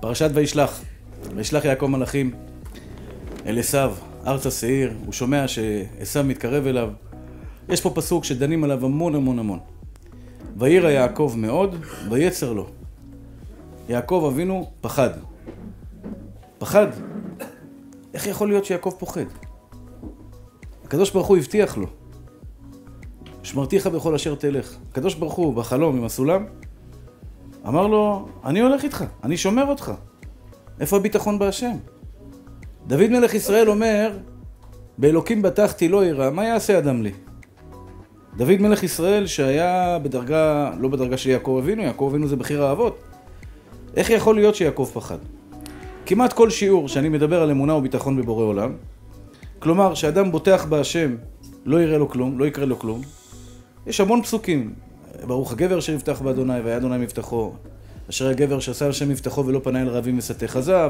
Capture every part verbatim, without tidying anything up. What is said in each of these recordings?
פרשת וישלח. וישלח יעקב מלאכים אל עשיו, ארץ השעיר. הוא שומע שעשיו מתקרב אליו. יש פה פסוק שדנים עליו המון המון המון. וירא יעקב מאוד, ויצר לו. יעקב אבינו פחד. פחד? איך יכול להיות שיעקב פוחד? הקדוש ברוך הוא הבטיח לו. שמרתיך בכל אשר תלך. הקדוש ברוך הוא בחלום עם הסולם, אמר לו, אני הולך איתך, אני שומר אותך. איפה הביטחון בהשם? דוד מלך ישראל אומר, באלוקים בטחתי לא ירא, מה יעשה אדם לי? דוד מלך ישראל שהיה בדרגה, לא בדרגה של יעקב אבינו, יעקב אבינו זה בחיר האבות. איך יכול להיות שיעקב פחד? כמעט כל שיעור שאני מדבר על אמונה וביטחון בבורא עולם, כלומר שאדם בוטח בהשם, לא יראה לו כלום, לא יקרה לו כלום. יש המון פסוקים. ברוך הגבר אשר יבטח באדוני והיה אדוני מבטחו. אשר הגבר שעשה על שם מבטחו ולא פנה אל רבים וסתך עזב.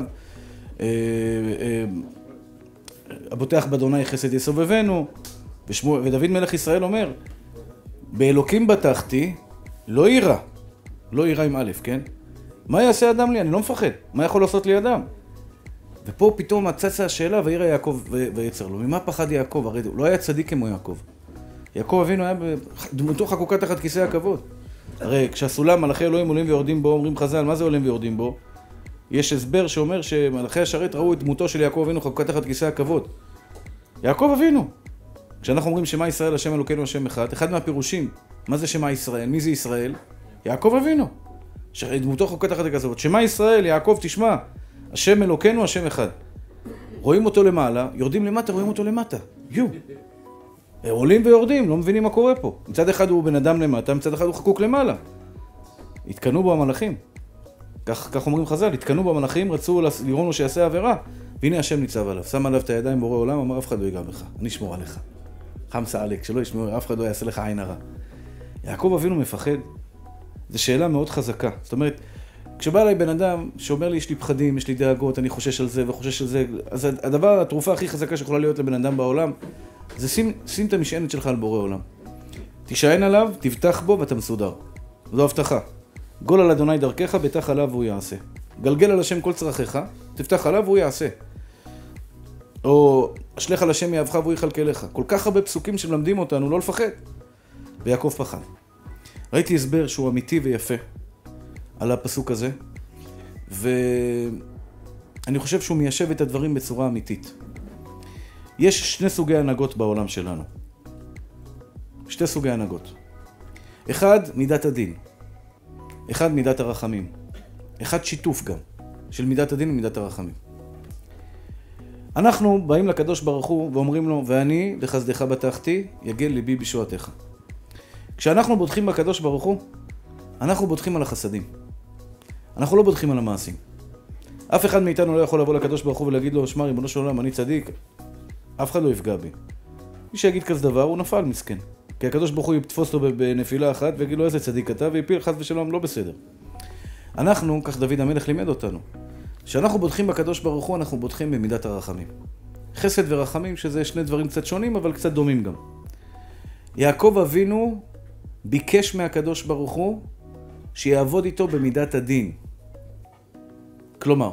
הבוטח באדוני חסד יסובבנו. ודוד מלך ישראל אומר, באלוקים בטחתי, לא יירא. לא יירא עם א', כן? מה יעשה אדם לי? אני לא מפחד. מה יכול לעשות לי אדם? ופה פתאום הצצה השאלה, וירא יעקב ויצר לו. ממה פחד יעקב? הרי הוא לא היה צדיק כמו יעקב. יעקב אבינו היה דמותו חקוקה תחת כיסא הכבוד. הרי כשהסולם מלאכי אלוהים עולים ויורדים בו, אומרים חז"ל, מה זה עולים ויורדים בו? יש הסבר שאומר שמלאכי השרת ראו את דמותו של יעקב אבינו חקוקה תחת כיסא הכבוד. יעקב אבינו. כשאנחנו אומרים שמה ישראל, השם אלוקינו, השם אחד, אחד מהפירושים, מה זה שמה ישראל? מי זה ישראל? יעקב אבינו. דמותו חקוקה תחת כיסא הכבוד. שמה ישראל, יעקב, תשמע, השם אלוקינו, השם אחד. רואים אותו למעלה, יורדים למטה, רואים אותו למטה. יו. עולים ויורדים, לא מבינים מה קורה פה. מצד אחד הוא בן אדם למטה, מצד אחד הוא חקוק למעלה. התקנו בו המלאכים. כך, כך אומרים חז"ל, התקנו בו המלאכים, רצו לראות לו שיעשה עבירה, והנה השם ניצב עליו. שם עליו את הידיים בורא עולם, אמר אף אחד לא ייגע בך, אני אשמור עליך. חמסה עליק, שלא ישמור, אף אחד לא יעשה לך עין הרע. יעקב אבינו מפחד. זו שאלה מאוד חזקה. זאת אומרת, כשבא אליי בן אדם שאומר לי, יש לי פחדים, יש לי דאגות, אני חושש על זה וחושש על זה, אז הדבר, התרופה הכי חזקה שיכולה להיות לבן אדם בעולם, זה שים, שים את המשענת שלך על בורא עולם. תשען עליו, תבטח בו ואתה מסודר. זו הבטחה. גול על אדוני דרכך, בטח עליו והוא יעשה. גלגל על השם כל צרכיך, תבטח עליו והוא יעשה. או אשלך על השם יאהבך והוא יכלכל לך. כל כך הרבה פסוקים שמלמדים אותנו לא לפחד. ויעקב פחד. ראיתי הסבר שהוא אמיתי ויפה על הפסוק הזה, ואני חושב שהוא מיישב את הדברים בצורה אמיתית. יש שני סוגי הנהגות בעולם שלנו. שתי סוגי הנהגות. אחד, מידת הדין. אחד, מידת הרחמים. אחד, שיתוף גם, של מידת הדין ומידת הרחמים. אנחנו באים לקדוש ברוך הוא ואומרים לו, ואני לחסדך בטחתי, יגל ליבי בישועתך. כשאנחנו בוטחים בקדוש ברוך הוא, אנחנו בוטחים על החסדים. אנחנו לא בוטחים על המעשים. אף אחד מאיתנו לא יכול לבוא לקדוש ברוך הוא ולהגיד לו, שמע, ריבונו של עולם, אני צדיק. אף אחד לא יפגע בי. מי שיגיד כזה דבר, הוא נפל מסכן. כי הקדוש ברוך הוא יתפוס אותו בנפילה אחת ויגיד לו איזה צדיק אתה, ויפיל חס ושלום לא בסדר. אנחנו, כך דוד המלך לימד אותנו, כשאנחנו בוטחים בקדוש ברוך הוא, אנחנו בוטחים במידת הרחמים. חסד ורחמים, שזה שני דברים קצת שונים, אבל קצת דומים גם. יעקב אבינו ביקש מהקדוש ברוך הוא שיעבוד איתו במידת הדין. כלומר,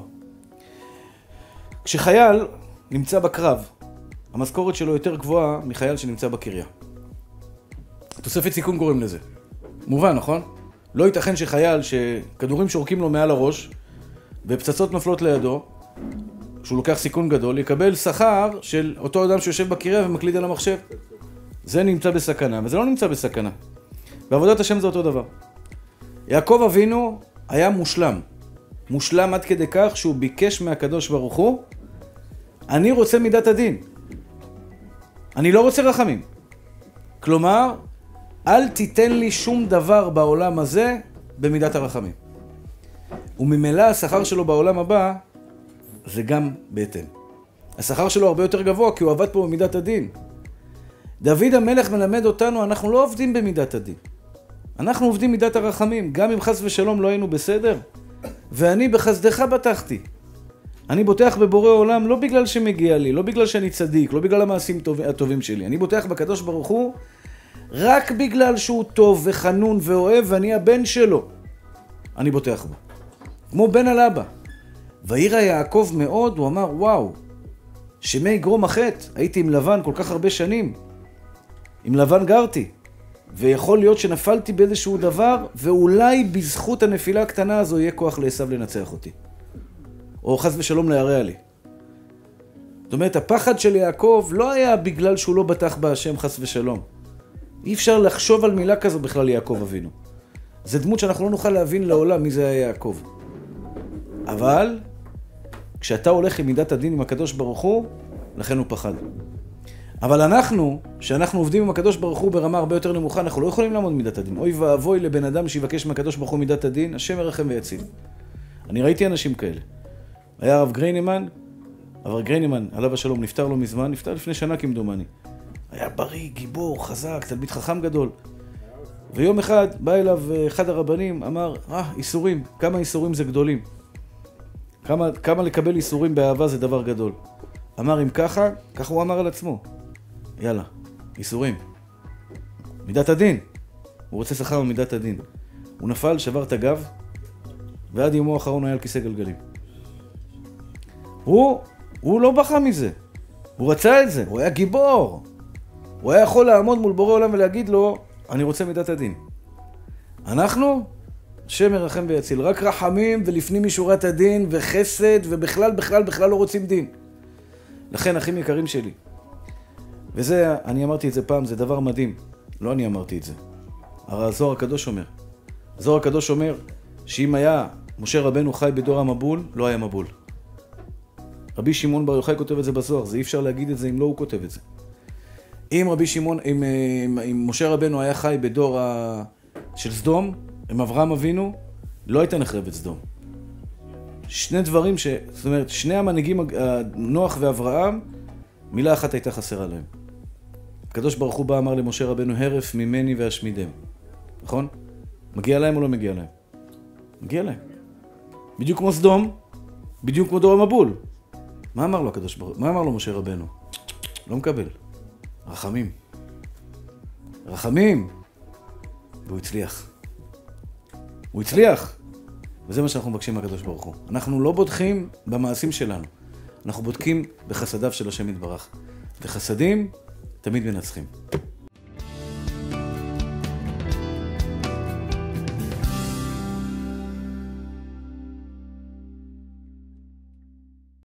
כשחייל נמצא בקרב, המשכורת שלו יותר גבוהה מחייל שנמצא בקריה. תוספת סיכון קוראים לזה. מובן, נכון? לא ייתכן שחייל שכדורים שורקים לו מעל הראש ופצצות נופלות לידו, שהוא לוקח סיכון גדול, יקבל שכר של אותו אדם שיושב בקריה ומקליד על המחשב. זה נמצא בסכנה, וזה לא נמצא בסכנה. בעבודת השם זה אותו דבר. יעקב אבינו היה מושלם. מושלם עד כדי כך שהוא ביקש מהקדוש ברוך הוא, אני רוצה מידת הדין. אני לא רוצה רחמים. כלומר, אל תיתן לי שום דבר בעולם הזה במידת הרחמים. וממילא השכר שלו בעולם הבא זה גם בהתאם. השכר שלו הרבה יותר גבוה כי הוא עבד פה במידת הדין. דוד המלך מלמד אותנו, אנחנו לא עובדים במידת הדין. אנחנו עובדים מידת הרחמים. גם אם חס ושלום לא היינו בסדר, ואני בחסדך בטחתי. אני בוטח בבורא עולם לא בגלל שמגיע לי, לא בגלל שאני צדיק, לא בגלל המעשים הטובים שלי. אני בוטח בקדוש ברוך הוא רק בגלל שהוא טוב וחנון ואוהב ואני הבן שלו. אני בוטח בו. כמו בן על אבא. וירא יעקב מאוד, הוא אמר, וואו, שמא יגרום החטא, הייתי עם לבן כל כך הרבה שנים, עם לבן גרתי, ויכול להיות שנפלתי באיזשהו דבר, ואולי בזכות הנפילה הקטנה הזו יהיה כוח לעשו לנצח אותי. או חס ושלום להרע לי. זאת אומרת, הפחד של יעקב לא היה בגלל שהוא לא בטח בהשם חס ושלום. אי אפשר לחשוב על מילה כזו בכלל יעקב אבינו. זה דמות שאנחנו לא נוכל להבין לעולם מי זה היה יעקב. אבל, כשאתה הולך עם מידת הדין עם הקדוש ברוך הוא, לכן הוא פחד. אבל אנחנו, שאנחנו עובדים עם הקדוש ברוך הוא ברמה הרבה יותר נמוכה, אנחנו לא יכולים לעמוד מידת הדין. אוי ואבוי לבן אדם שיבקש מהקדוש ברוך הוא מידת הדין, השם ירחם ויציל. אני ראיתי אנשים כאלה. היה הרב גריינמן, הרב גריינמן, עליו השלום, נפטר לו מזמן, נפטר לפני שנה כמדומני. היה בריא, גיבור, חזק, תלמיד חכם גדול. ויום אחד בא אליו אחד הרבנים, אמר, אה, איסורים, כמה איסורים זה גדולים. כמה, כמה לקבל איסורים באהבה זה דבר גדול. אמר, אם ככה, ככה הוא אמר על עצמו. יאללה, איסורים. מידת הדין. הוא רוצה שכר ממידת הדין. הוא נפל, שבר את הגב, ועד יומו האחרון היה על כיסא גלגלים. הוא, הוא לא בכה מזה. הוא רצה את זה, הוא היה גיבור. הוא היה יכול לעמוד מול בורא עולם ולהגיד לו, אני רוצה מידת הדין. אנחנו, השם ירחם ויציל, רק רחמים ולפנים משורת הדין וחסד, ובכלל, בכלל, בכלל לא רוצים דין. לכן, אחים יקרים שלי, וזה, אני אמרתי את זה פעם, זה דבר מדהים. לא אני אמרתי את זה. הרי הזוהר הקדוש אומר. הזוהר הקדוש אומר שאם היה משה רבנו חי בדור המבול, לא היה מבול. רבי שמעון בר יוחאי כותב את זה בזוהר, זה אי אפשר להגיד את זה אם לא הוא כותב את זה. אם רבי שמעון, אם, אם, אם משה רבנו היה חי בדור ה... של סדום, עם אברהם אבינו, לא הייתה נחרבת סדום. שני דברים ש... זאת אומרת, שני המנהיגים, נוח ואברהם, מילה אחת הייתה חסרה להם. הקדוש ברוך הוא בא אמר למשה רבנו, הרף ממני והשמידם. נכון? מגיע להם או לא מגיע להם? מגיע להם. בדיוק כמו סדום, בדיוק כמו דור המבול. מה אמר לו הקדוש ברוך הוא? מה אמר לו משה רבנו? לא מקבל. רחמים. רחמים. והוא הצליח. הוא הצליח. וזה מה שאנחנו מבקשים מהקדוש ברוך הוא. אנחנו לא בודקים במעשים שלנו. אנחנו בודקים בחסדיו של השם יתברך. וחסדים תמיד מנצחים.